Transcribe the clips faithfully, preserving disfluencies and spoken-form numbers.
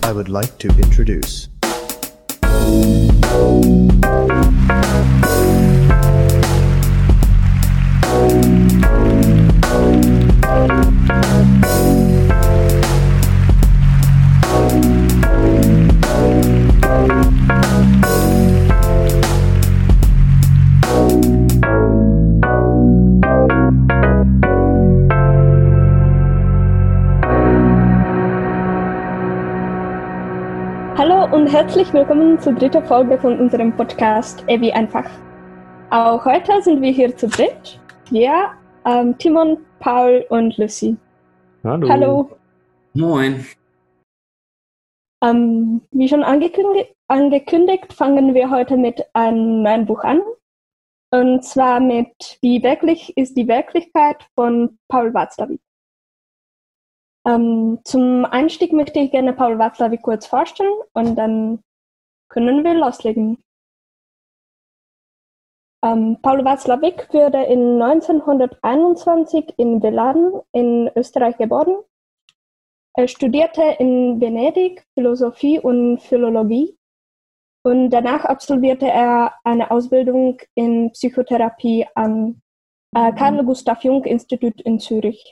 I would like to introduce. Hallo und herzlich willkommen zur dritten Folge von unserem Podcast Evi einfach. Auch heute sind wir hier zu dritt. Wir, ähm, Timon, Paul und Lucy. Hallo. Hallo. Moin. Ähm, wie schon angekündigt, angekündigt, fangen wir heute mit einem neuen Buch an. Und zwar mit Wie wirklich ist die Wirklichkeit von Paul Watzlawick. Ähm, zum Einstieg möchte ich gerne Paul Watzlawick kurz vorstellen und dann können wir loslegen. Ähm, Paul Watzlawick wurde in neunzehnhunderteinundzwanzig in Willaden in Österreich geboren. Er studierte in Venedig Philosophie und Philologie und danach absolvierte er eine Ausbildung in Psychotherapie am äh, Carl Gustav Jung Institut in Zürich.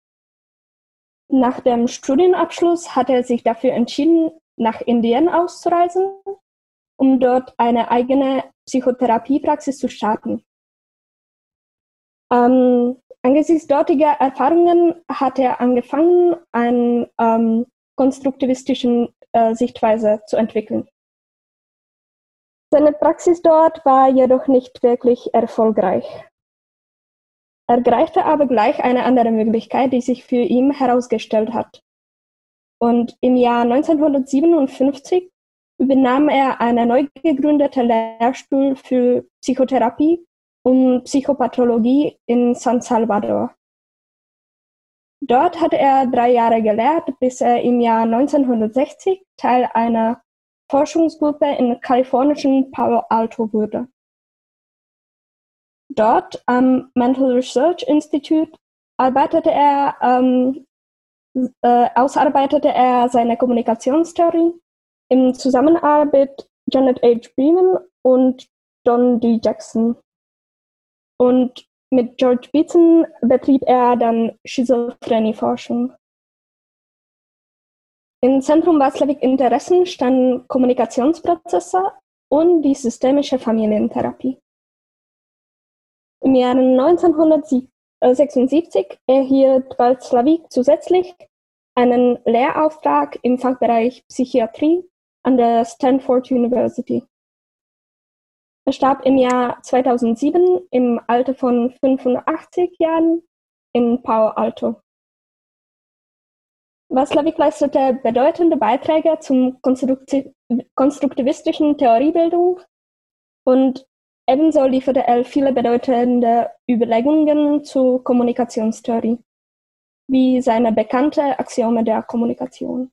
Nach dem Studienabschluss hat er sich dafür entschieden, nach Indien auszureisen, um dort eine eigene Psychotherapiepraxis zu starten. Ähm, angesichts dortiger Erfahrungen hat er angefangen, eine ähm, konstruktivistische äh, Sichtweise zu entwickeln. Seine Praxis dort war jedoch nicht wirklich erfolgreich. Er ergreifte aber gleich eine andere Möglichkeit, die sich für ihn herausgestellt hat. Und im Jahr neunzehnhundertsiebenundfünfzig übernahm er einen neu gegründeten Lehrstuhl für Psychotherapie und Psychopathologie in San Salvador. Dort hat er drei Jahre gelehrt, bis er im Jahr neunzehnhundertsechzig Teil einer Forschungsgruppe im kalifornischen Palo Alto wurde. Dort am Mental Research Institute arbeitete er, ähm, äh, ausarbeitete er seine Kommunikationstheorie in Zusammenarbeit mit Janet H. Bremen und John D. Jackson. Und mit George Beaton betrieb er dann Schizophrenie-Forschung. Im Zentrum Watzlawicks Interessen standen Kommunikationsprozesse und die systemische Familientherapie. Im Jahr neunzehnhundertsechsundsiebzig erhielt Watzlawick zusätzlich einen Lehrauftrag im Fachbereich Psychiatrie an der Stanford University. Er starb im Jahr zweitausendsieben im Alter von fünfundachtzig Jahren in Palo Alto. Watzlawick leistete bedeutende Beiträge zum konstruktiv- konstruktivistischen Theoriebildung und ebenso lieferte er viele bedeutende Überlegungen zur Kommunikationstheorie, wie seine bekannte Axiome der Kommunikation.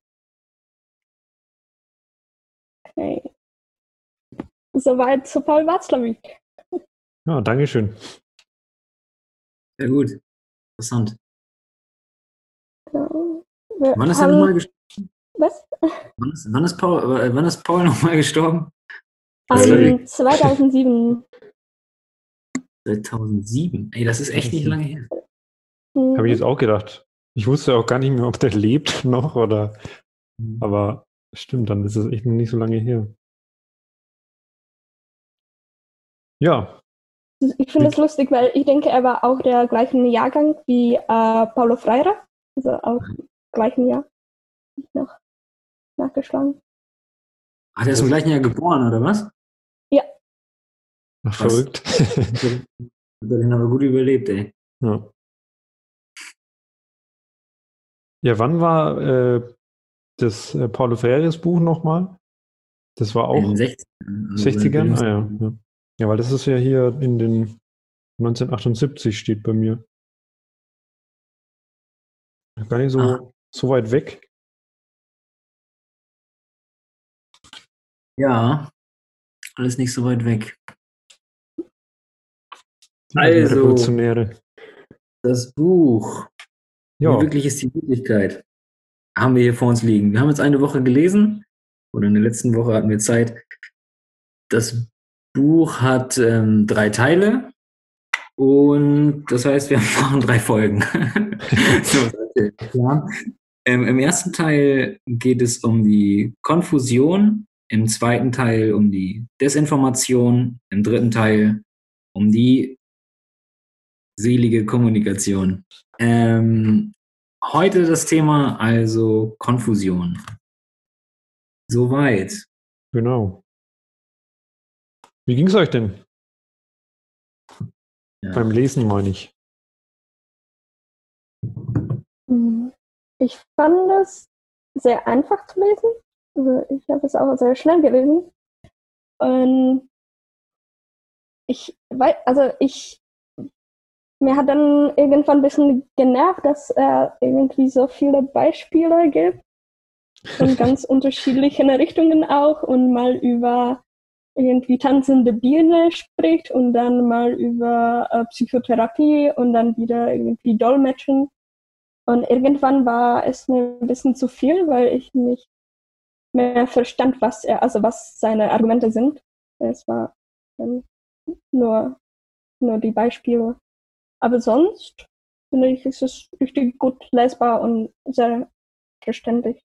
Okay. Soweit zu Paul Watzlawick. Ja, danke schön. Sehr gut. Interessant. Ja, Wann ist er nochmal gestorben? Was? Wann ist, wann ist Paul, äh, wann ist Paul nochmal gestorben? Um, zweitausendsieben. zweitausendsieben. Ey, das ist echt nicht lange her. Mhm. Habe ich jetzt auch gedacht. Ich wusste auch gar nicht mehr, ob der lebt noch oder. Aber stimmt, dann ist es echt noch nicht so lange her. Ja. Ich finde es lustig, weil ich denke, er war auch der gleichen Jahrgang wie äh, Paulo Freire. Also auch im gleichen Jahr. Noch nachgeschlagen. Ach, der ist im gleichen Jahr geboren, oder was? Ja. Ach, verrückt. Hat er den aber gut überlebt, ey. Ja. Ja, wann war äh, das äh, Paulo Freires Buch nochmal? Das war auch In den sechzigern. Also sechzigern? in den Ah ja, ja. Ja, weil das ist ja hier in den neunzehnhundertachtundsiebzig steht bei mir. Gar nicht so, so weit weg. Ja, alles nicht so weit weg. Die alten Also, Revolutionäre. das Buch. Ja, Wie wirklich ist die Wirklichkeit? haben wir hier vor uns liegen. Wir haben jetzt eine Woche gelesen, oder in der letzten Woche hatten wir Zeit. Das Buch hat ähm, drei Teile und das heißt, wir machen drei Folgen. So, ja. ähm, Im ersten Teil geht es um die Konfusion, im zweiten Teil um die Desinformation, im dritten Teil um die selige Kommunikation. Ähm, heute das Thema also Konfusion. Soweit. Genau. Wie ging es euch denn? Ja. Beim Lesen meine ich. Ich fand es sehr einfach zu lesen. Also ich habe es auch sehr schnell gelesen. Und ich weiß, also ich, mir hat dann irgendwann ein bisschen genervt, dass er irgendwie so viele Beispiele gibt. Von ganz unterschiedlichen Richtungen auch und mal über irgendwie tanzende Biene spricht und dann mal über äh, Psychotherapie und dann wieder irgendwie Dolmetschen. Und irgendwann war es mir ein bisschen zu viel, weil ich nicht mehr verstand, was er, also was seine Argumente sind. Es war dann nur, nur die Beispiele. Aber sonst finde ich, ist es richtig gut lesbar und sehr verständlich.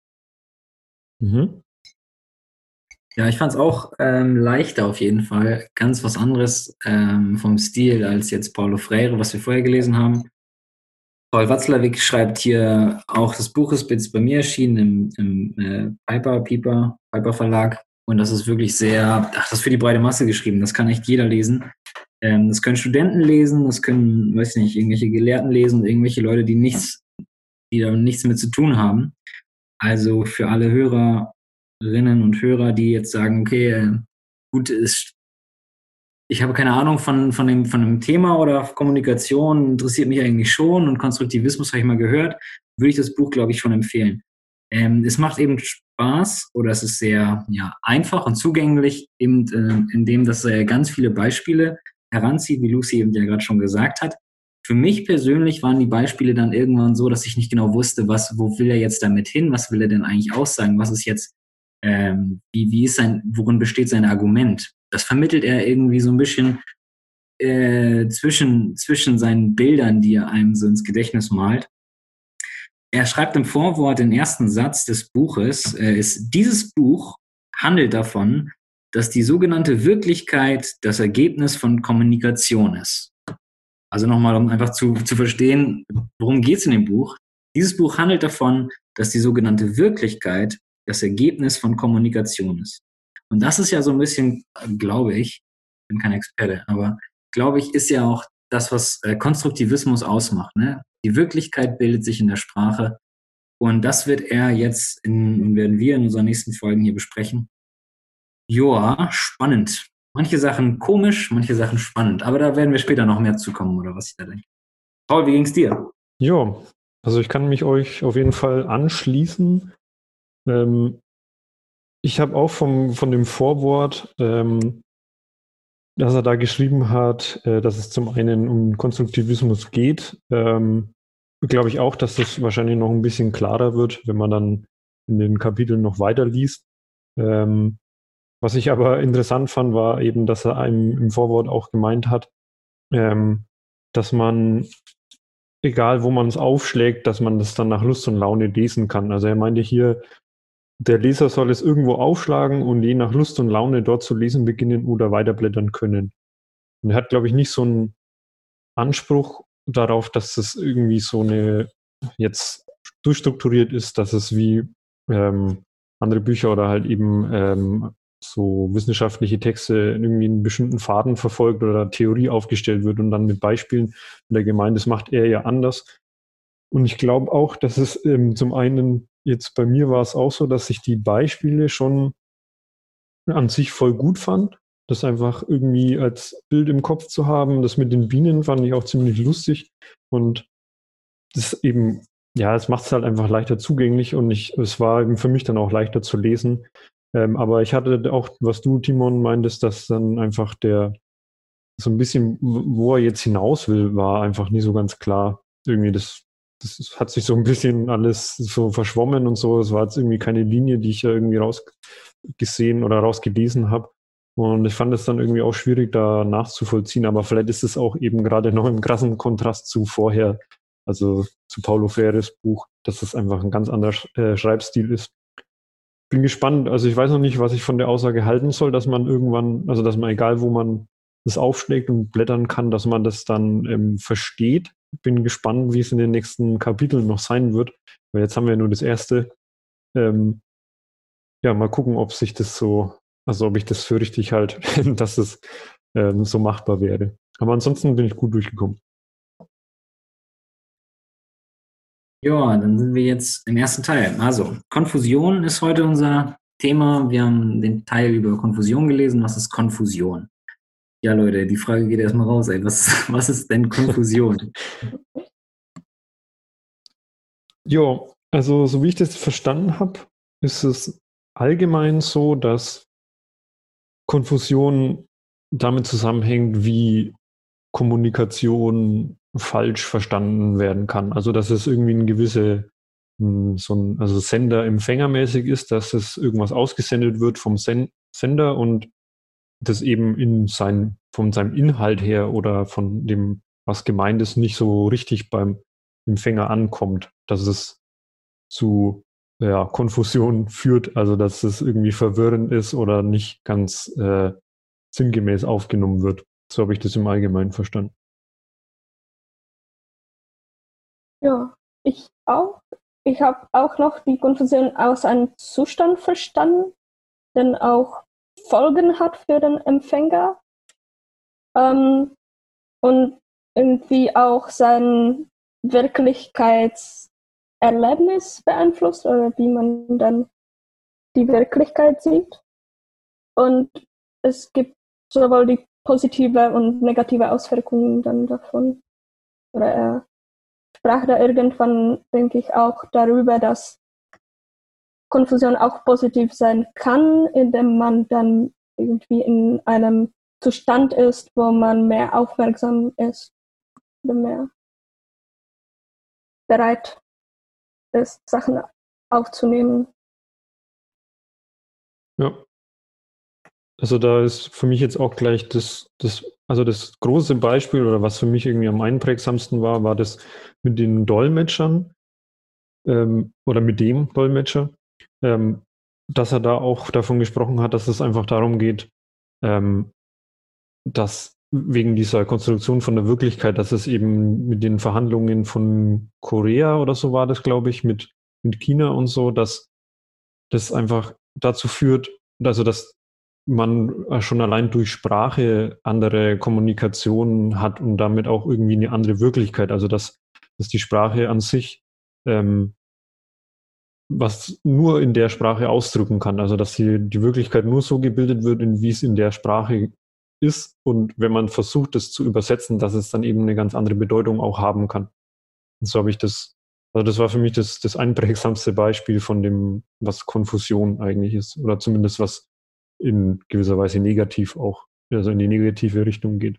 Mhm. Ja, ich fand es auch ähm, leichter auf jeden Fall. Ganz was anderes ähm, vom Stil als jetzt Paulo Freire, was wir vorher gelesen haben. Paul Watzlawick schreibt hier auch, das Buch ist jetzt bei mir erschienen im, im äh, Piper, Piper, Piper Verlag. Und das ist wirklich sehr, ach, das ist für die breite Masse geschrieben. Das kann echt jeder lesen. Ähm, das können Studenten lesen, das können, weiß nicht, irgendwelche Gelehrten lesen, irgendwelche Leute, die nichts, die da nichts mit zu tun haben. Also für alle Hörerinnen und Hörer, die jetzt sagen, okay, äh, gut, ist, ich habe keine Ahnung von, von, dem, von dem Thema oder Kommunikation, interessiert mich eigentlich schon und Konstruktivismus habe ich mal gehört, würde ich das Buch, glaube ich, schon empfehlen. Ähm, es macht eben Spaß oder es ist sehr ja, einfach und zugänglich, eben, äh, indem das äh, ganz viele Beispiele heranzieht, wie Lucy eben ja gerade schon gesagt hat. Für mich persönlich waren die Beispiele dann irgendwann so, dass ich nicht genau wusste, was, wo will er jetzt damit hin, was will er denn eigentlich aussagen, was ist jetzt, ähm, wie, wie ist sein, worin besteht sein Argument? Das vermittelt er irgendwie so ein bisschen äh, zwischen, zwischen seinen Bildern, die er einem so ins Gedächtnis malt. Er schreibt im Vorwort den ersten Satz des Buches, äh, ist, dieses Buch handelt davon, dass die sogenannte Wirklichkeit das Ergebnis von Kommunikation ist. Also nochmal, um einfach zu, zu verstehen, worum geht es in dem Buch. Dieses Buch handelt davon, dass die sogenannte Wirklichkeit das Ergebnis von Kommunikation ist. Und das ist ja so ein bisschen, glaube ich, ich bin kein Experte, aber glaube ich, ist ja auch das, was äh, Konstruktivismus ausmacht. Ne? Die Wirklichkeit bildet sich in der Sprache. Und das wird er jetzt, in, und werden wir in unseren nächsten Folgen hier besprechen. Joa, spannend. Manche Sachen komisch, manche Sachen spannend. Aber da werden wir später noch mehr zukommen, oder was ich da denke. Paul, wie ging's dir? Ja, also ich kann mich euch auf jeden Fall anschließen. Ähm, ich habe auch vom, von dem Vorwort, ähm, das er da geschrieben hat, äh, dass es zum einen um Konstruktivismus geht, ähm, glaube ich auch, dass das wahrscheinlich noch ein bisschen klarer wird, wenn man dann in den Kapiteln noch weiter liest. Ähm, was ich aber interessant fand, war eben, dass er einem im Vorwort auch gemeint hat, ähm, dass man, egal wo man es aufschlägt, dass man das dann nach Lust und Laune lesen kann. Also er meinte hier, der Leser soll es irgendwo aufschlagen und je nach Lust und Laune dort zu lesen beginnen oder weiterblättern können. Und er hat, glaube ich, nicht so einen Anspruch darauf, dass es irgendwie so eine jetzt durchstrukturiert ist, dass es wie ähm, andere Bücher oder halt eben ähm, so wissenschaftliche Texte irgendwie einen bestimmten Faden verfolgt oder Theorie aufgestellt wird und dann mit Beispielen in der Gemeinde, das macht er ja anders. Und ich glaube auch, dass es ähm, zum einen, jetzt bei mir war es auch so, dass ich die Beispiele schon an sich voll gut fand. Das einfach irgendwie als Bild im Kopf zu haben. Das mit den Bienen fand ich auch ziemlich lustig. Und das eben, ja, es macht es halt einfach leichter zugänglich und ich, es war eben für mich dann auch leichter zu lesen. Ähm, aber ich hatte auch, was du, Timon, meintest, dass dann einfach der, so ein bisschen, wo er jetzt hinaus will, war einfach nie so ganz klar. Irgendwie das das ist, hat sich so ein bisschen alles so verschwommen und so. Es war jetzt irgendwie keine Linie, die ich ja irgendwie rausgesehen oder rausgelesen habe. Und ich fand es dann irgendwie auch schwierig, da nachzuvollziehen. Aber vielleicht ist es auch eben gerade noch im krassen Kontrast zu vorher, also zu Paulo Freires Buch, dass es einfach ein ganz anderer äh, Schreibstil ist. Bin gespannt. Also ich weiß noch nicht, was ich von der Aussage halten soll, dass man irgendwann, also dass man, egal wo man das aufschlägt und blättern kann, dass man das dann ähm, versteht. Bin gespannt, wie es in den nächsten Kapiteln noch sein wird. Weil jetzt haben wir ja nur das erste. Ähm, ja, mal gucken, ob sich das so, also ob ich das für richtig halte, dass es ähm, so machbar wäre. Aber ansonsten bin ich gut durchgekommen. Ja, dann sind wir jetzt im ersten Teil. Also, Konfusion ist heute unser Thema. Wir haben den Teil über Konfusion gelesen. Was ist Konfusion? Ja, Leute, die Frage geht erstmal raus. Ey. Was, was ist denn Konfusion? Ja, also so wie ich das verstanden habe, ist es allgemein so, dass Konfusion damit zusammenhängt, wie Kommunikation falsch verstanden werden kann. Also dass es irgendwie ein gewisse so ein also Sender-Empfänger-mäßig ist, dass es irgendwas ausgesendet wird vom Sen- Sender und das eben in sein, von seinem Inhalt her oder von dem, was gemeint ist, nicht so richtig beim Empfänger ankommt, dass es zu ja, Konfusion führt, also dass es irgendwie verwirrend ist oder nicht ganz äh, sinngemäß aufgenommen wird. So habe ich das im Allgemeinen verstanden. Ja, ich auch. Ich habe auch noch die Konfusion aus einem Zustand verstanden, der auch Folgen hat für den Empfänger ähm, und irgendwie auch sein Wirklichkeitserlebnis beeinflusst oder wie man dann die Wirklichkeit sieht. Und es gibt sowohl die positive und negative Auswirkungen dann davon. Oder er sprach da irgendwann, denke ich, auch darüber, dass Konfusion auch positiv sein kann, indem man dann irgendwie in einem Zustand ist, wo man mehr aufmerksam ist oder mehr bereit ist, Sachen aufzunehmen. Ja. Also da ist für mich jetzt auch gleich das, das, also das große Beispiel oder was für mich irgendwie am einprägsamsten war, war das mit den Dolmetschern ähm, oder mit dem Dolmetscher, ähm, dass er da auch davon gesprochen hat, dass es einfach darum geht, ähm, dass wegen dieser Konstruktion von der Wirklichkeit, dass es eben mit den Verhandlungen von Korea oder so war das, glaube ich, mit, mit China und so, dass das einfach dazu führt, also dass man schon allein durch Sprache andere Kommunikation hat und damit auch irgendwie eine andere Wirklichkeit. Also dass, dass die Sprache an sich ähm, was nur in der Sprache ausdrücken kann. Also dass die, die Wirklichkeit nur so gebildet wird, wie es in der Sprache ist. Und wenn man versucht, das zu übersetzen, dass es dann eben eine ganz andere Bedeutung auch haben kann. Und so habe ich das, also das war für mich das, das einprägsamste Beispiel von dem, was Konfusion eigentlich ist. Oder zumindest was in gewisser Weise negativ auch, also in die negative Richtung geht.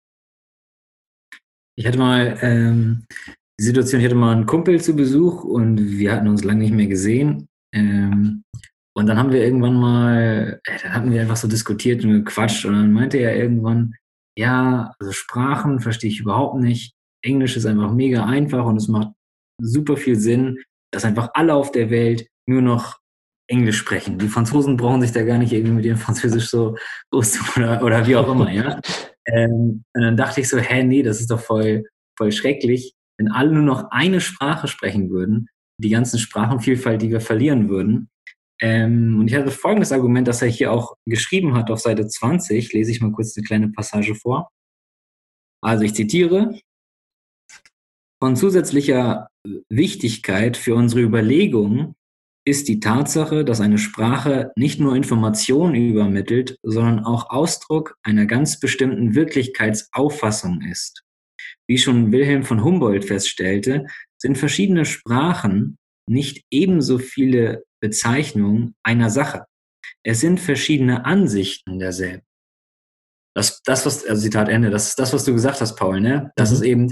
Ich hatte mal ähm, die Situation, ich hatte mal einen Kumpel zu Besuch und wir hatten uns lange nicht mehr gesehen. Ähm, und dann haben wir irgendwann mal, äh, dann hatten wir einfach so diskutiert und gequatscht und dann meinte er irgendwann, ja, also Sprachen verstehe ich überhaupt nicht. Englisch ist einfach mega einfach und es macht super viel Sinn, dass einfach alle auf der Welt nur noch Englisch sprechen. Die Franzosen brauchen sich da gar nicht irgendwie mit ihrem Französisch so groß oder, oder wie auch immer, ja. Ähm, und dann dachte ich so, hä, nee, das ist doch voll, voll schrecklich, wenn alle nur noch eine Sprache sprechen würden, die ganzen Sprachenvielfalt, die wir verlieren würden. Ähm, und ich hatte folgendes Argument, das er hier auch geschrieben hat auf Seite zwanzig, lese ich mal kurz eine kleine Passage vor. Also ich zitiere: Von zusätzlicher Wichtigkeit für unsere Überlegungen ist die Tatsache, dass eine Sprache nicht nur Informationen übermittelt, sondern auch Ausdruck einer ganz bestimmten Wirklichkeitsauffassung ist. Wie schon Wilhelm von Humboldt feststellte, sind verschiedene Sprachen nicht ebenso viele Bezeichnungen einer Sache. Es sind verschiedene Ansichten derselben. Das, das was, also Zitat Ende, das ist das, was du gesagt hast, Paul, ne? Das Mhm. ist eben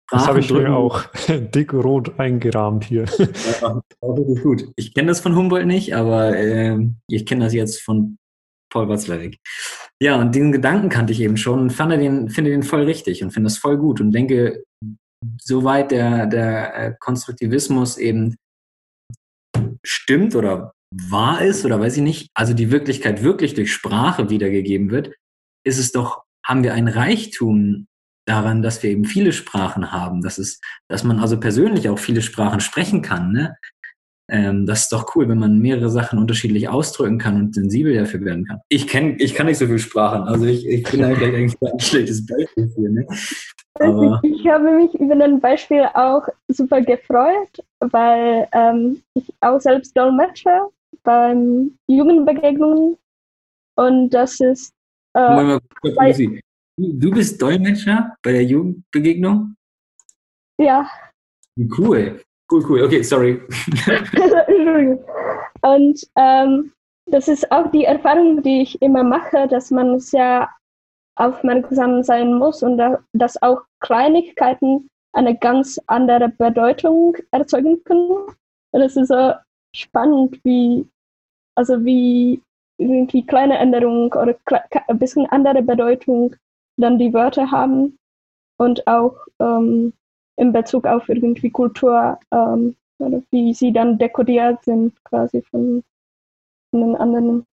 Das habe Sprachen ich mir drücken. auch dick rot eingerahmt hier. Ja, auch wirklich gut. Ich kenne das von Humboldt nicht, aber ähm, ich kenne das jetzt von Paul Watzlawick. Ja, und diesen Gedanken kannte ich eben schon und fand den, finde den voll richtig und finde das voll gut und denke, soweit der, der äh, Konstruktivismus eben stimmt oder wahr ist oder weiß ich nicht, also die Wirklichkeit wirklich durch Sprache wiedergegeben wird, ist es doch, haben wir ein Reichtum daran, dass wir eben viele Sprachen haben, dass es, dass man also persönlich auch viele Sprachen sprechen kann, ne? Ähm, das ist doch cool, wenn man mehrere Sachen unterschiedlich ausdrücken kann und sensibel dafür werden kann. Ich kenn, ich kann nicht so viele Sprachen, also ich, ich bin da vielleicht eigentlich ein schlechtes Beispiel für, ne? Aber Ich, ich habe mich über ein Beispiel auch super gefreut, weil ähm, ich auch selbst Dolmetscher beim Jugendbegegnungen und das ist äh, Moment mal kurz, bei, Lucy. Du du bist Dolmetscher bei der Jugendbegegnung? ja. Cool. Cool, cool. Okay, sorry. Entschuldigung. Und ähm, das ist auch die Erfahrung, die ich immer mache, dass man sehr aufmerksam sein muss und da, dass auch Kleinigkeiten eine ganz andere Bedeutung erzeugen können. Und es ist so spannend, wie, also wie irgendwie kleine Änderungen oder kle- ein bisschen andere Bedeutung dann die Wörter haben und auch ähm, in Bezug auf irgendwie Kultur, ähm, oder wie sie dann dekodiert sind quasi von, von den anderen.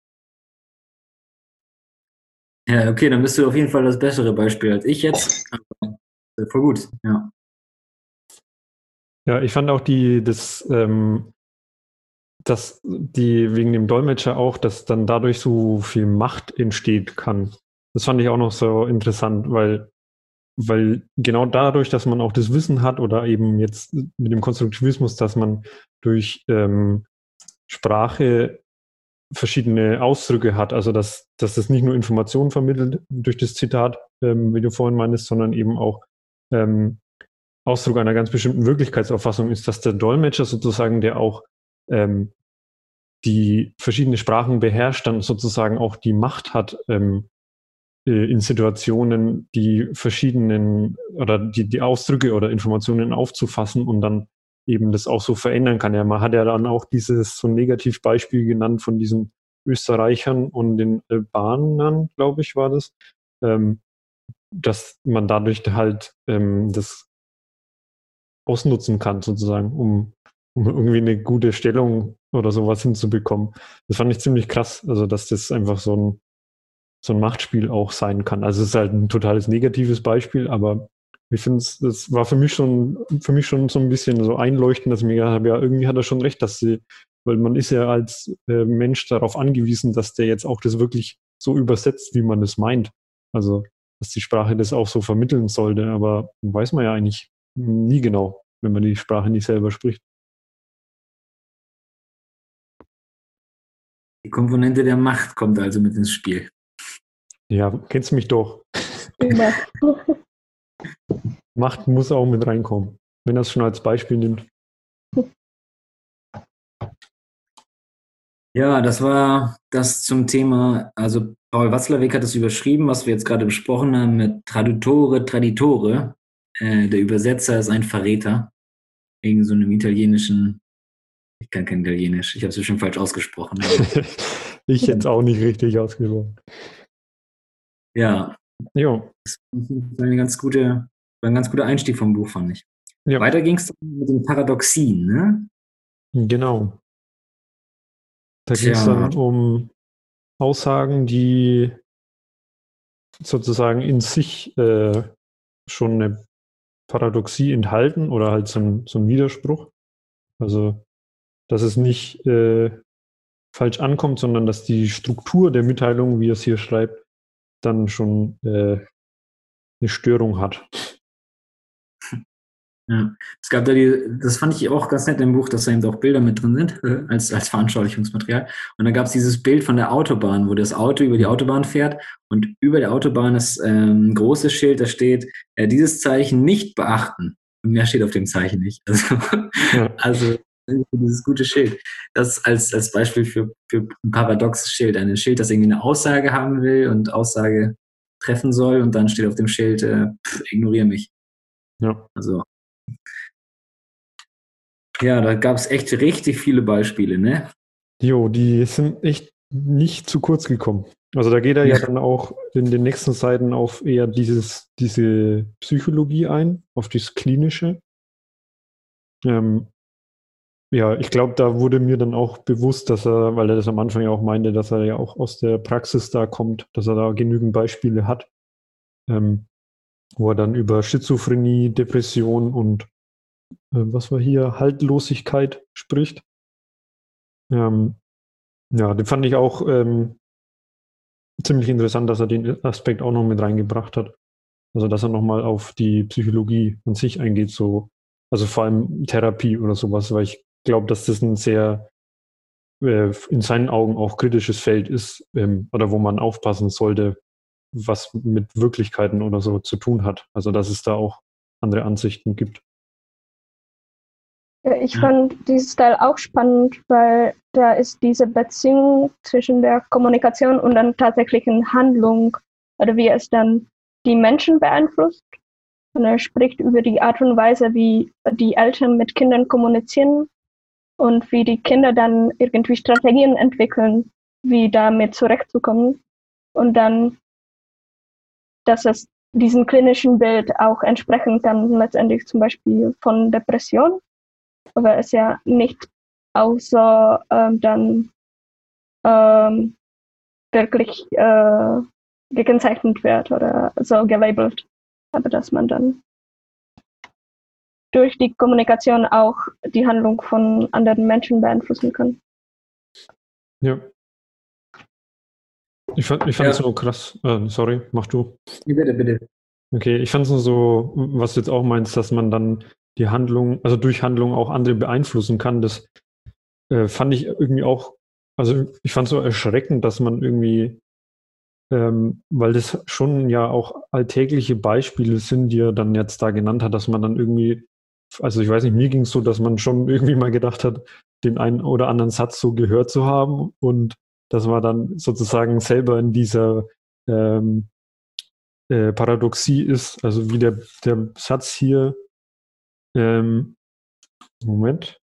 Ja, okay, dann bist du auf jeden Fall das bessere Beispiel als ich jetzt. Aber, äh, voll gut, ja. Ja, ich fand auch die, das, ähm, dass die wegen dem Dolmetscher auch, dass dann dadurch so viel Macht entsteht kann. Das fand ich auch noch so interessant, weil, weil genau dadurch, dass man auch das Wissen hat oder eben jetzt mit dem Konstruktivismus, dass man durch ähm, Sprache verschiedene Ausdrücke hat, also dass, dass das nicht nur Informationen vermittelt durch das Zitat, ähm, wie du vorhin meintest, sondern eben auch ähm, Ausdruck einer ganz bestimmten Wirklichkeitsauffassung ist, dass der Dolmetscher sozusagen, der auch ähm, die verschiedene Sprachen beherrscht, dann sozusagen auch die Macht hat, ähm, äh, in Situationen die verschiedenen oder die, die Ausdrücke oder Informationen aufzufassen und dann eben das auch so verändern kann. Ja, man hat ja dann auch dieses so ein Negativbeispiel genannt von diesen Österreichern und den Albanern, glaube ich, war das, ähm, dass man dadurch halt ähm, das ausnutzen kann, sozusagen, um, um irgendwie eine gute Stellung oder sowas hinzubekommen. Das fand ich ziemlich krass, also dass das einfach so ein, so ein Machtspiel auch sein kann. Also es ist halt ein totales negatives Beispiel, aber ich finde es, das war für mich schon, für mich schon so ein bisschen so einleuchtend, dass ich mir gedacht habe, ja, irgendwie hat er schon recht, dass sie, weil man ist ja als äh, Mensch darauf angewiesen, dass der jetzt auch das wirklich so übersetzt, wie man es meint. Also, dass die Sprache das auch so vermitteln sollte, aber weiß man ja eigentlich nie genau, wenn man die Sprache nicht selber spricht. Die Komponente der Macht kommt also mit ins Spiel. Ja, kennst mich doch. Immer. Macht muss auch mit reinkommen, wenn er es schon als Beispiel nimmt. Ja, das war das zum Thema, also Paul Watzlawick hat es überschrieben, was wir jetzt gerade besprochen haben, mit Tradutore, Traditore. Äh, der Übersetzer ist ein Verräter. Wegen so einem italienischen, ich kann kein Italienisch, ich habe es bestimmt falsch ausgesprochen. Ich jetzt auch nicht richtig ausgesprochen. Ja, Jo. das war eine ganz gute, war ein ganz guter Einstieg vom Buch, fand ich. Ja. Weiter ging es mit den Paradoxien, ne? Genau. Da ging es Tja. dann um Aussagen, die sozusagen in sich äh, schon eine Paradoxie enthalten oder halt so ein, so ein Widerspruch. Also, dass es nicht äh, falsch ankommt, sondern dass die Struktur der Mitteilung, wie er es hier schreibt, dann schon äh, eine Störung hat. Ja, es gab da die, das fand ich auch ganz nett im Buch, dass da eben auch Bilder mit drin sind, äh, als, als Veranschaulichungsmaterial. Und da gab es dieses Bild von der Autobahn, wo das Auto über die Autobahn fährt und über der Autobahn ist ähm, ein großes Schild, da steht, äh, dieses Zeichen nicht beachten. Und mehr steht auf dem Zeichen nicht. Also, Ja. also dieses gute Schild. Das als, als Beispiel für, für ein paradoxes Schild. Ein Schild, das irgendwie eine Aussage haben will und Aussage treffen soll und dann steht auf dem Schild, äh, pff, ignoriere mich. Ja. Also, ja, da gab es echt richtig viele Beispiele, ne? Jo, die sind echt nicht zu kurz gekommen. Also da geht er ja dann auch in den nächsten Seiten auf eher dieses, diese Psychologie ein, auf das Klinische. Ähm, ja, ich glaube, da wurde mir dann auch bewusst, dass er, weil er das am Anfang ja auch meinte, dass er ja auch aus der Praxis da kommt, dass er da genügend Beispiele hat, ähm, wo er dann über Schizophrenie, Depression und äh, was war hier, Haltlosigkeit spricht. Ähm, ja, den fand ich auch ähm, ziemlich interessant, dass er den Aspekt auch noch mit reingebracht hat. Also, dass er nochmal auf die Psychologie an sich eingeht, so, also vor allem Therapie oder sowas, weil ich glaube, dass das ein sehr äh, in seinen Augen auch kritisches Feld ist, ähm, oder wo man aufpassen sollte, was mit Wirklichkeiten oder so zu tun hat. Also, dass es da auch andere Ansichten gibt. Ja, ich Ja. fand dieses Teil auch spannend, weil da ist diese Beziehung zwischen der Kommunikation und dann tatsächlichen Handlung oder wie es dann die Menschen beeinflusst. Und er spricht über die Art und Weise, wie die Eltern mit Kindern kommunizieren und wie die Kinder dann irgendwie Strategien entwickeln, wie damit zurechtzukommen. Und dann, dass es diesem klinischen Bild auch entsprechen kann, letztendlich zum Beispiel von Depression, aber es ja nicht außer ähm, dann ähm, wirklich äh, gekennzeichnet wird oder so gelabelt, aber dass man dann durch die Kommunikation auch die Handlung von anderen Menschen beeinflussen kann. Ja. Ich fand ich fand es Ja. so krass. Äh, sorry, mach du. Bitte, bitte. Okay, ich fand es nur so, was du jetzt auch meinst, dass man dann die Handlung, also durch Handlung auch andere beeinflussen kann. Das äh, fand ich irgendwie auch, also ich fand es so erschreckend, dass man irgendwie, ähm, weil das schon ja auch alltägliche Beispiele sind, die er dann jetzt da genannt hat, dass man dann irgendwie, also ich weiß nicht, mir ging es so, dass man schon irgendwie mal gedacht hat, den einen oder anderen Satz so gehört zu haben und dass man dann sozusagen selber in dieser ähm, äh, Paradoxie ist, also wie der, der Satz hier, ähm, Moment,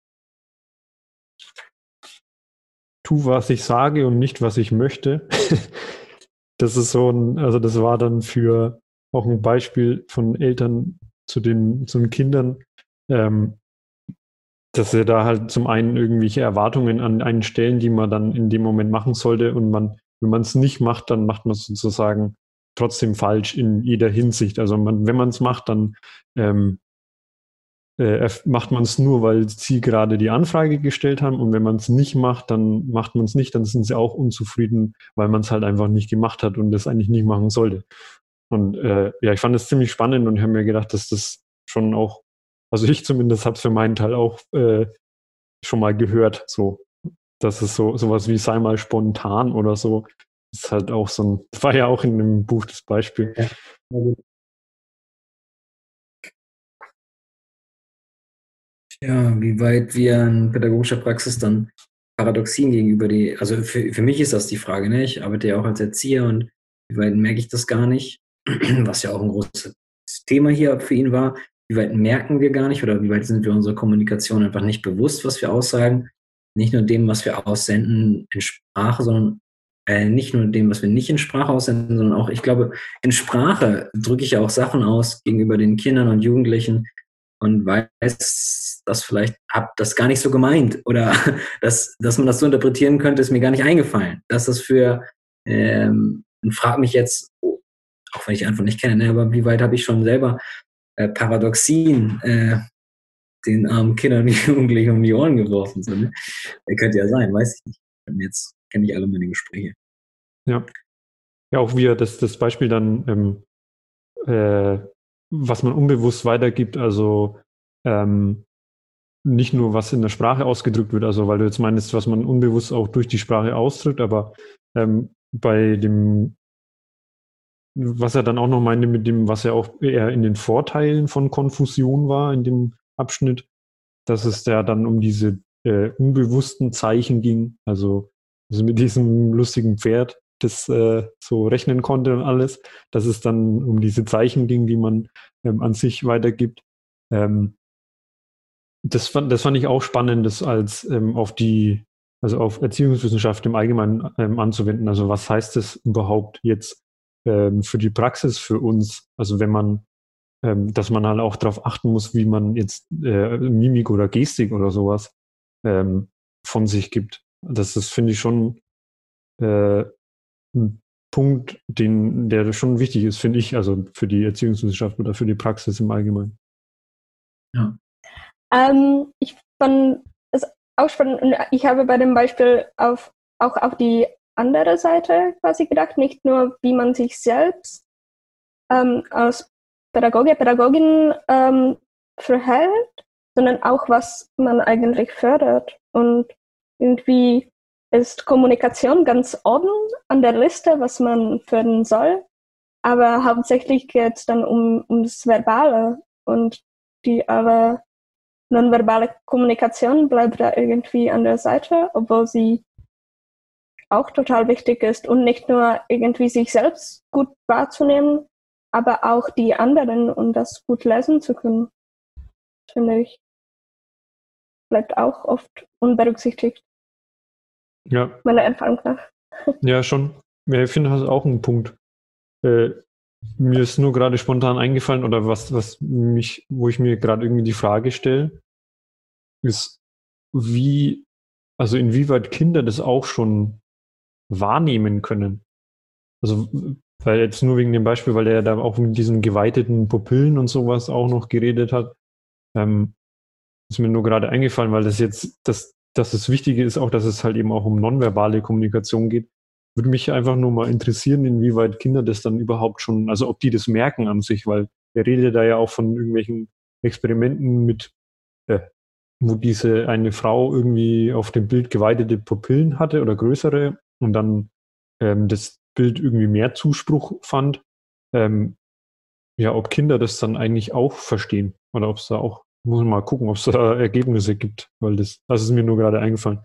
tu, was ich sage und nicht, was ich möchte. Das ist so ein, also das war dann für auch ein Beispiel von Eltern zu den, zu den Kindern, ähm, dass sie da halt zum einen irgendwelche Erwartungen an einen stellen, die man dann in dem Moment machen sollte und man, wenn man es nicht macht, dann macht man es sozusagen trotzdem falsch in jeder Hinsicht. Also man, wenn man es macht, dann ähm, äh, macht man es nur, weil sie gerade die Anfrage gestellt haben und wenn man es nicht macht, dann macht man es nicht, dann sind sie auch unzufrieden, weil man es halt einfach nicht gemacht hat und das eigentlich nicht machen sollte. Und äh, ja, ich fand das ziemlich spannend und habe mir gedacht, dass das schon auch, also ich zumindest habe es für meinen Teil auch äh, schon mal gehört, so, dass es so sowas wie sei mal spontan oder so, ist halt auch so ein, das war ja auch in dem Buch das Beispiel. Ja. Ja, wie weit wir in pädagogischer Praxis dann Paradoxien gegenüber die, also für, für mich ist das die Frage, ne? Ich arbeite ja auch als Erzieher und wie weit merke ich das gar nicht, was ja auch ein großes Thema hier für ihn war. Wie weit merken wir gar nicht oder wie weit sind wir unserer Kommunikation einfach nicht bewusst, was wir aussagen? Nicht nur dem, was wir aussenden in Sprache, sondern äh, nicht nur dem, was wir nicht in Sprache aussenden, sondern auch, ich glaube, in Sprache drücke ich ja auch Sachen aus gegenüber den Kindern und Jugendlichen, und weiß, dass vielleicht habe das gar nicht so gemeint oder dass, dass man das so interpretieren könnte, ist mir gar nicht eingefallen. Dass das für, ähm, und frage mich jetzt, auch wenn ich die Antwort nicht kenne, ne, aber wie weit habe ich schon selber äh, Paradoxien äh, den armen Kindern und Jugendlichen um die Ohren geworfen? So, ne? Der könnte ja sein, weiß ich nicht. Jetzt kenne ich alle meine Gespräche. Ja. Ja, auch wie er das, das Beispiel dann ähm, äh, was man unbewusst weitergibt, also ähm, nicht nur was in der Sprache ausgedrückt wird, also weil du jetzt meinst, was man unbewusst auch durch die Sprache ausdrückt, aber ähm, bei dem, was er dann auch noch meinte mit dem, was ja auch eher in den Vorteilen von Konfusion war, in dem Abschnitt, dass es ja dann um diese äh, unbewussten Zeichen ging, also, also mit diesem lustigen Pferd, das äh, so rechnen konnte und alles, dass es dann um diese Zeichen ging, die man ähm, an sich weitergibt. Ähm, das, fand, das fand ich auch spannend, das als ähm, auf die, also auf Erziehungswissenschaft im Allgemeinen ähm, anzuwenden. Also was heißt das überhaupt jetzt ähm, für die Praxis für uns? Also wenn man, ähm, dass man halt auch darauf achten muss, wie man jetzt äh, Mimik oder Gestik oder sowas ähm, von sich gibt. Das ist, finde ich, schon äh, ein Punkt, den, der schon wichtig ist, finde ich, also für die Erziehungswissenschaft oder für die Praxis im Allgemeinen. Ja. Ähm, ich fand es auch spannend und ich habe bei dem Beispiel auf, auch auf die andere Seite quasi gedacht, nicht nur, wie man sich selbst ähm, als Pädagoge, Pädagogin ähm, verhält, sondern auch, was man eigentlich fördert. Und irgendwie ist Kommunikation ganz oben an der Liste, was man fördern soll. Aber hauptsächlich geht es dann um, ums Verbale und die aber nonverbale Kommunikation bleibt da irgendwie an der Seite, obwohl sie auch total wichtig ist und nicht nur irgendwie sich selbst gut wahrzunehmen, aber auch die anderen und das gut lesen zu können, finde ich, bleibt auch oft unberücksichtigt, Ja, meiner Erfahrung nach. ja, schon. Ja, ich finde, das ist auch ein Punkt. Äh, mir ist nur gerade spontan eingefallen oder was, was mich, wo ich mir gerade irgendwie die Frage stelle, ist, wie, also inwieweit Kinder das auch schon wahrnehmen können. Also, weil jetzt nur wegen dem Beispiel, weil der da auch mit diesen geweiteten Pupillen und sowas auch noch geredet hat, ähm, ist mir nur gerade eingefallen, weil das jetzt, das, dass das Wichtige ist auch, dass es halt eben auch um nonverbale Kommunikation geht. Würde mich einfach nur mal interessieren, inwieweit Kinder das dann überhaupt schon, also ob die das merken an sich, weil der redet da ja auch von irgendwelchen Experimenten mit, äh, wo diese eine Frau irgendwie auf dem Bild geweitete Pupillen hatte oder größere und dann ähm, das Bild irgendwie mehr Zuspruch fand. Ähm, ja, ob Kinder das dann eigentlich auch verstehen oder ob es da auch, muss man mal gucken, ob es da Ergebnisse gibt, weil das, das ist mir nur gerade eingefallen.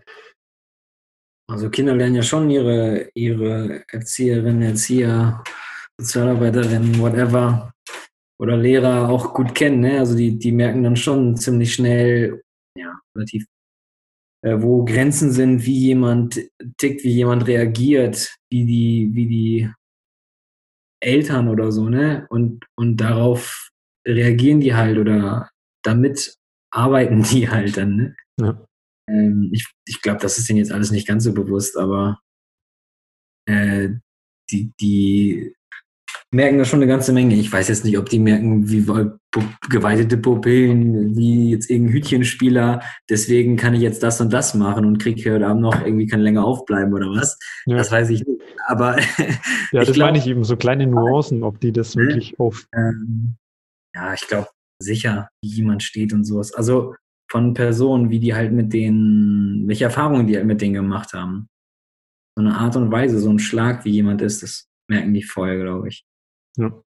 Also Kinder lernen ja schon ihre, ihre Erzieherinnen, Erzieher, Sozialarbeiterinnen, whatever, oder Lehrer auch gut kennen. Ne? Also die, die merken dann schon ziemlich schnell, ja, relativ, äh, wo Grenzen sind, wie jemand tickt, wie jemand reagiert, wie die, wie die Eltern oder so, ne? Und, und darauf reagieren die halt oder damit arbeiten die halt dann, ne? Ja. Ähm, ich ich glaube, das ist denen jetzt alles nicht ganz so bewusst, aber äh, die, die merken da schon eine ganze Menge. Ich weiß jetzt nicht, ob die merken, wie geweitete Pupillen, wie jetzt irgendein Hütchenspieler, deswegen kann ich jetzt das und das machen und kriege heute Abend noch irgendwie kann länger aufbleiben oder was. Ja. Das weiß ich nicht. Aber ja, ich das glaub, meine ich eben, so kleine Nuancen, ob die das ne? wirklich auf. Ähm, ja, ich glaube sicher, wie jemand steht und sowas. Also von Personen, wie die halt mit denen, welche Erfahrungen die halt mit denen gemacht haben. So eine Art und Weise, so ein Schlag, wie jemand ist, das merken die vorher, glaube ich. Ja.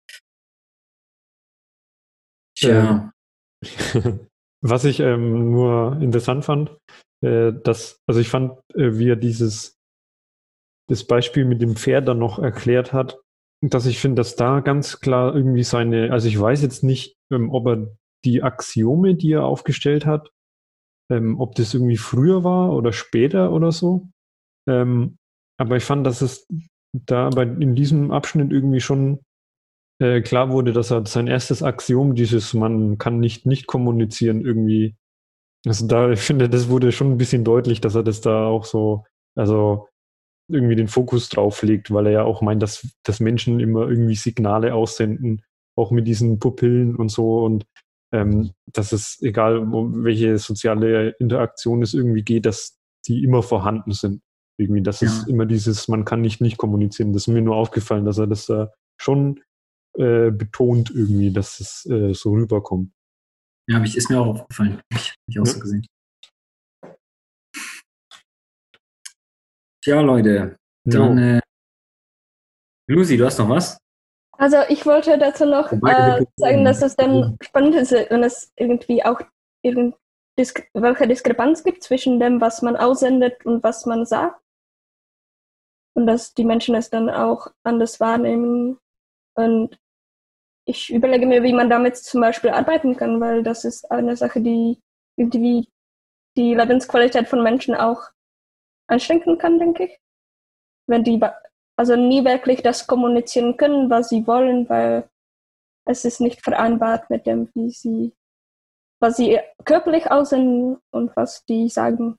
Tja. Ähm, was ich ähm, nur interessant fand, äh, dass, also ich fand, äh, wie er dieses das Beispiel mit dem Pferd dann noch erklärt hat, dass ich finde, dass da ganz klar irgendwie seine, also ich weiß jetzt nicht, ähm, ob er die Axiome, die er aufgestellt hat, ähm, ob das irgendwie früher war oder später oder so. Ähm, aber ich fand, dass es da bei, in diesem Abschnitt irgendwie schon äh, klar wurde, dass er sein erstes Axiom, dieses man kann nicht nicht kommunizieren, irgendwie, also da, ich finde, das wurde schon ein bisschen deutlich, dass er das da auch so, also irgendwie den Fokus drauf legt, weil er ja auch meint, dass, dass Menschen immer irgendwie Signale aussenden, auch mit diesen Pupillen und so und ähm, dass es, egal um welche soziale Interaktion es irgendwie geht, dass die immer vorhanden sind. Irgendwie, das Ja. ist immer dieses, man kann nicht nicht kommunizieren. Das ist mir nur aufgefallen, dass er das da schon äh, betont irgendwie, dass es äh, so rüberkommt. Ja, hab ich, ist mir auch aufgefallen. Hab ich, hab ich auch Ja. so gesehen. Tja, Leute, dann Jo. äh, Lucy, du hast noch was? Also ich wollte dazu noch äh, sagen, dass es dann spannend ist, wenn es irgendwie auch irgend Disk welche Diskrepanz gibt zwischen dem, was man aussendet und was man sagt. und dass die Menschen es dann auch anders wahrnehmen. Und ich überlege mir, wie man damit zum Beispiel arbeiten kann, weil das ist eine Sache, die irgendwie die Lebensqualität von Menschen auch einschränken kann, denke ich. Wenn die also nie wirklich das kommunizieren können, was sie wollen, weil es ist nicht vereinbart mit dem, wie sie, was sie körperlich aussehen und was die sagen.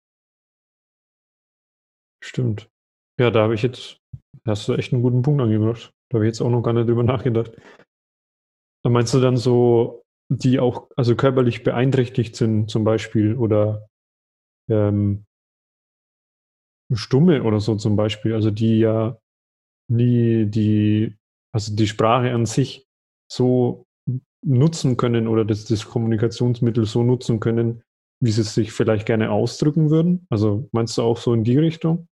Stimmt. Ja, da habe ich jetzt, da hast du echt einen guten Punkt angebracht. Da habe ich jetzt auch noch gar nicht drüber nachgedacht. Da meinst du dann so, die auch also körperlich beeinträchtigt sind zum Beispiel oder ähm, Stumme oder so zum Beispiel, also die ja nie die, also die Sprache an sich so nutzen können oder das, das Kommunikationsmittel so nutzen können, wie sie es sich vielleicht gerne ausdrücken würden? Also meinst du auch so in die Richtung?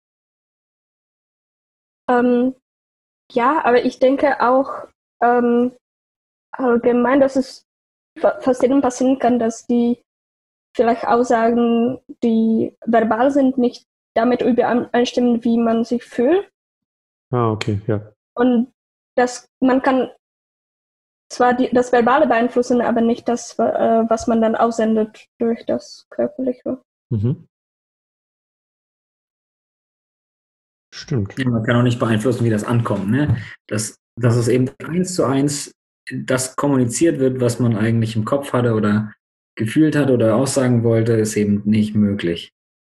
Ähm, ja, aber ich denke auch ähm, allgemein, dass es fast jedem passieren kann, dass die vielleicht Aussagen, die verbal sind, nicht damit übereinstimmen, wie man sich fühlt. Ah, okay, ja. Und das, man kann zwar die, das Verbale beeinflussen, aber nicht das, äh, was man dann aussendet durch das Körperliche. Mhm. Stimmt. Ja, man kann auch nicht beeinflussen, wie das ankommt. Ne? Dass, dass es eben eins zu eins das kommuniziert wird, was man eigentlich im Kopf hatte oder gefühlt hat oder aussagen wollte, ist eben nicht möglich.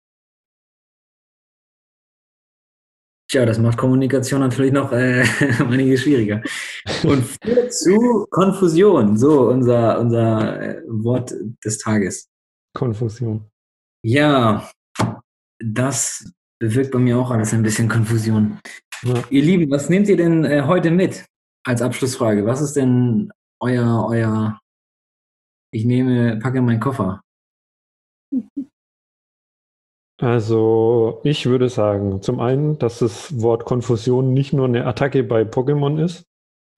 Tja, das macht Kommunikation natürlich noch äh, einiges schwieriger. Und führt zu Konfusion, so unser, unser äh, Wort des Tages. Konfusion. Ja, das bewirkt bei mir auch alles ein bisschen Konfusion. Ja. Ihr Lieben, was nehmt ihr denn äh, heute mit als Abschlussfrage? Was ist denn euer, euer, ich nehme, packe meinen Koffer? Also ich würde sagen, zum einen, dass das Wort Konfusion nicht nur eine Attacke bei Pokémon ist.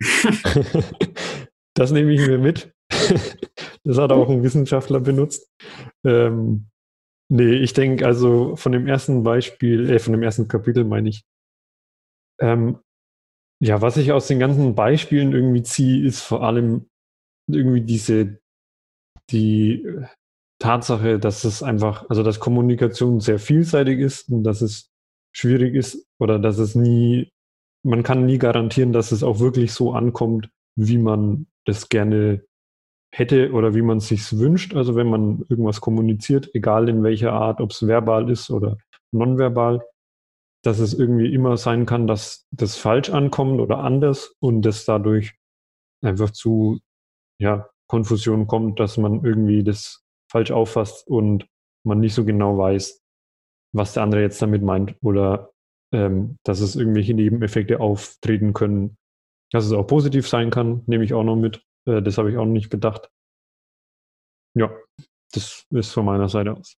Das nehme ich mir mit. Das hat auch ein Wissenschaftler benutzt. Ähm, nee, ich denke also von dem ersten Beispiel, äh, von dem ersten Kapitel meine ich, ähm, ja, was ich aus den ganzen Beispielen irgendwie ziehe, ist vor allem irgendwie diese, die Tatsache, dass es einfach, also dass Kommunikation sehr vielseitig ist und dass es schwierig ist oder dass es nie, man kann nie garantieren, dass es auch wirklich so ankommt, wie man das gerne hätte oder wie man es sich wünscht. Also wenn man irgendwas kommuniziert, egal in welcher Art, ob es verbal ist oder nonverbal, dass es irgendwie immer sein kann, dass das falsch ankommt oder anders und das dadurch einfach zu ja, Konfusion kommt, dass man irgendwie das falsch auffasst und man nicht so genau weiß, was der andere jetzt damit meint oder ähm, dass es irgendwelche Nebeneffekte auftreten können. Dass es auch positiv sein kann, nehme ich auch noch mit. Äh, das habe ich auch noch nicht bedacht. Ja, das ist von meiner Seite aus.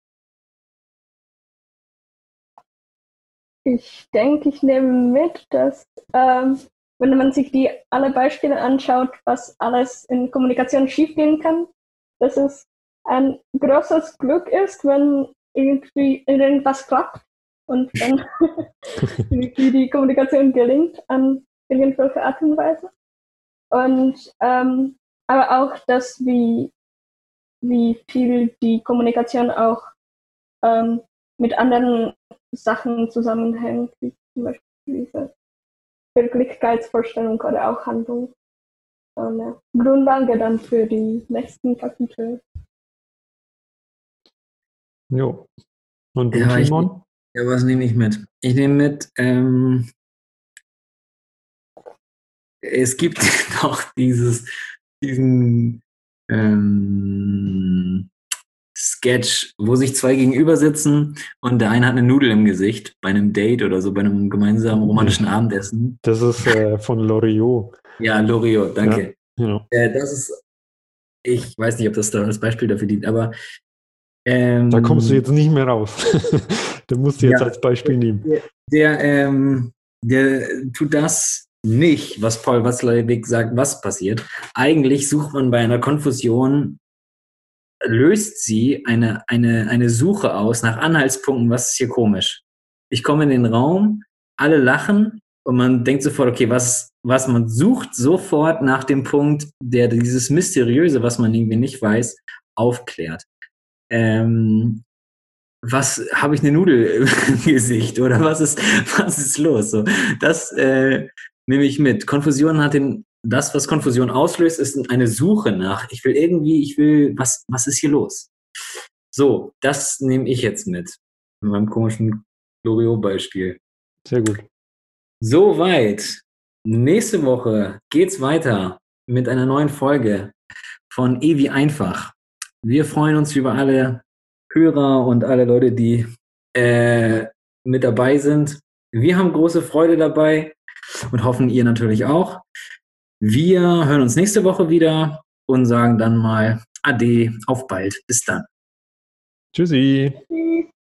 Ich denke, ich nehme mit, dass ähm, wenn man sich die alle Beispiele anschaut, was alles in Kommunikation schiefgehen kann, dass es ein großes Glück ist, wenn irgendwie irgendwas klappt und dann irgendwie die Kommunikation gelingt an irgendwelche Art und Weise. Und ähm, aber auch, dass wie, wie viel die Kommunikation auch ähm, mit anderen Sachen zusammenhängt, wie zum Beispiel diese Wirklichkeitsvorstellung oder auch Handlung. Eine Grundlage dann für die nächsten Kapitel. Jo. Und du, Ja, ich, Timon? ja, was nehme ich mit? Ich nehme mit, ähm, es gibt noch dieses, diesen ähm, Sketch, wo sich zwei gegenüber sitzen und der eine hat eine Nudel im Gesicht bei einem Date oder so, bei einem gemeinsamen romantischen Abendessen. Das ist äh, von Loriot. Ja, Loriot, danke. Ja, genau. Äh, das ist, ich weiß nicht, ob das da als Beispiel dafür dient, aber ähm, da kommst du jetzt nicht mehr raus. Da musst du jetzt ja, als Beispiel nehmen. Der, der, ähm, der tut das nicht, was Paul Watzlawick sagt, was passiert. Eigentlich sucht man bei einer Konfusion, löst sie eine, eine, eine Suche aus nach Anhaltspunkten, was ist hier komisch. Ich komme in den Raum, alle lachen und man denkt sofort, okay, was, was man sucht sofort nach dem Punkt, der dieses Mysteriöse, was man irgendwie nicht weiß, aufklärt. Ähm, was, habe ich eine Nudel im Gesicht oder was ist, was ist los? So, das äh, nehme ich mit. Konfusion hat den, das, was Konfusion auslöst, ist eine Suche nach. Ich will irgendwie, ich will, was, was ist hier los? So, das nehme ich jetzt mit. In meinem komischen Loriot-Beispiel. Sehr gut. Soweit. Nächste Woche geht's weiter mit einer neuen Folge von E wie einfach. Wir freuen uns über alle Hörer und alle Leute, die äh, mit dabei sind. Wir haben große Freude dabei und hoffen, ihr natürlich auch. Wir hören uns nächste Woche wieder und sagen dann mal Ade, auf bald. Bis dann. Tschüssi. Tschüss.